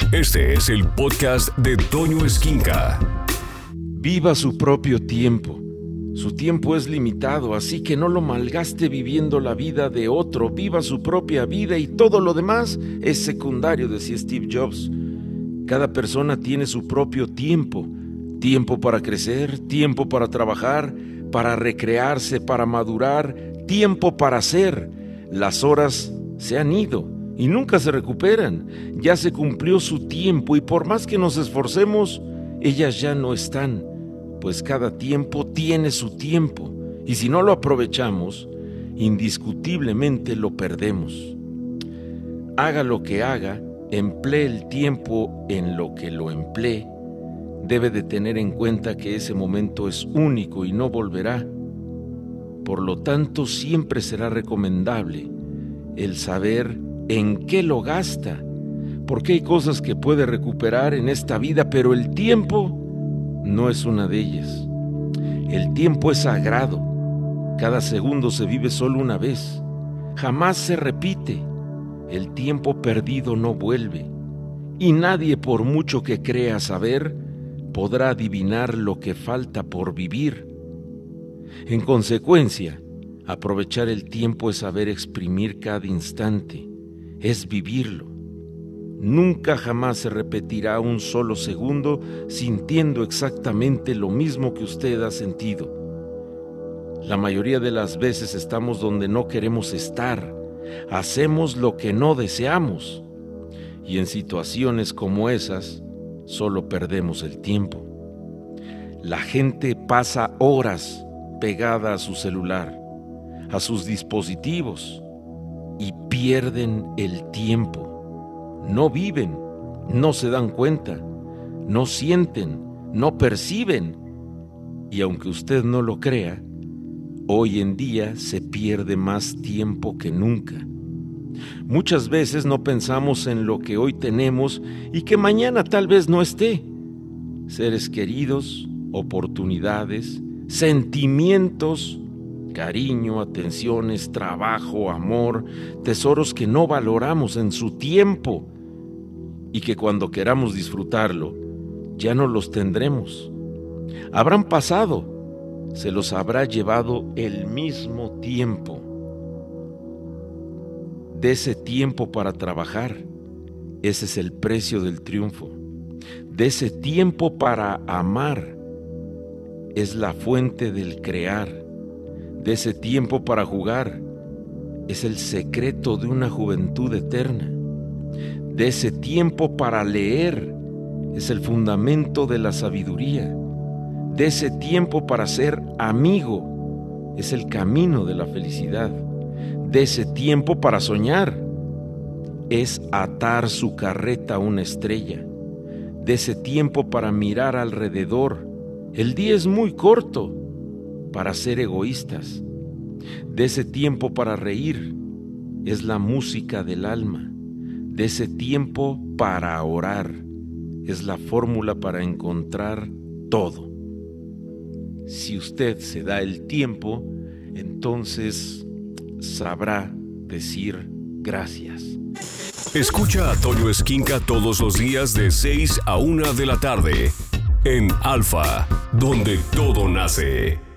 Este es el podcast de Toño Esquinca. Viva su propio tiempo. Su tiempo es limitado, así que no lo malgaste viviendo la vida de otro. Viva su propia vida y todo lo demás es secundario, decía Steve Jobs. Cada persona tiene su propio tiempo. Tiempo para crecer, tiempo para trabajar, para recrearse, para madurar, tiempo para ser. Las horas se han ido y nunca se recuperan. Ya se cumplió su tiempo y por más que nos esforcemos, ellas ya no están, pues cada tiempo tiene su tiempo y si no lo aprovechamos, indiscutiblemente lo perdemos. Haga lo que haga, emplee el tiempo en lo que lo emplee, debe de tener en cuenta que ese momento es único y no volverá. Por lo tanto, siempre será recomendable el saber en qué lo gasta, porque hay cosas que puede recuperar en esta vida, pero el tiempo no es una de ellas. El tiempo es sagrado. Cada segundo se vive solo una vez. Jamás se repite. El tiempo perdido no vuelve. Y nadie, por mucho que crea saber, podrá adivinar lo que falta por vivir. En consecuencia, aprovechar el tiempo es saber exprimir cada instante, es vivirlo. Nunca jamás se repetirá un solo segundo sintiendo exactamente lo mismo que usted ha sentido. La mayoría de las veces estamos donde no queremos estar, hacemos lo que no deseamos, y en situaciones como esas, solo perdemos el tiempo. La gente pasa horas pegada a su celular, a sus dispositivos, y pierden el tiempo. No viven, no se dan cuenta, no sienten, no perciben. Y aunque usted no lo crea, hoy en día se pierde más tiempo que nunca. Muchas veces no pensamos en lo que hoy tenemos y que mañana tal vez no esté. Seres queridos, oportunidades, sentimientos, cariño, atenciones, trabajo, amor, tesoros que no valoramos en su tiempo y que cuando queramos disfrutarlo, ya no los tendremos. Habrán pasado, se los habrá llevado el mismo tiempo. Dese tiempo para trabajar, ese es el precio del triunfo. Dese tiempo para amar, es la fuente del crear. Dese tiempo para jugar, es el secreto de una juventud eterna. Dese tiempo para leer, es el fundamento de la sabiduría. Dese tiempo para ser amigo, es el camino de la felicidad. Dese tiempo para soñar, es atar su carreta a una estrella. Dese tiempo para mirar alrededor, el día es muy corto para ser egoístas. Dese tiempo para reír, es la música del alma. Dese tiempo para orar, es la fórmula para encontrar todo. Si usted se da el tiempo, entonces sabrá decir gracias. Escucha a Toño Esquinca todos los días de 6 a 1 de la tarde en Alfa, donde todo nace.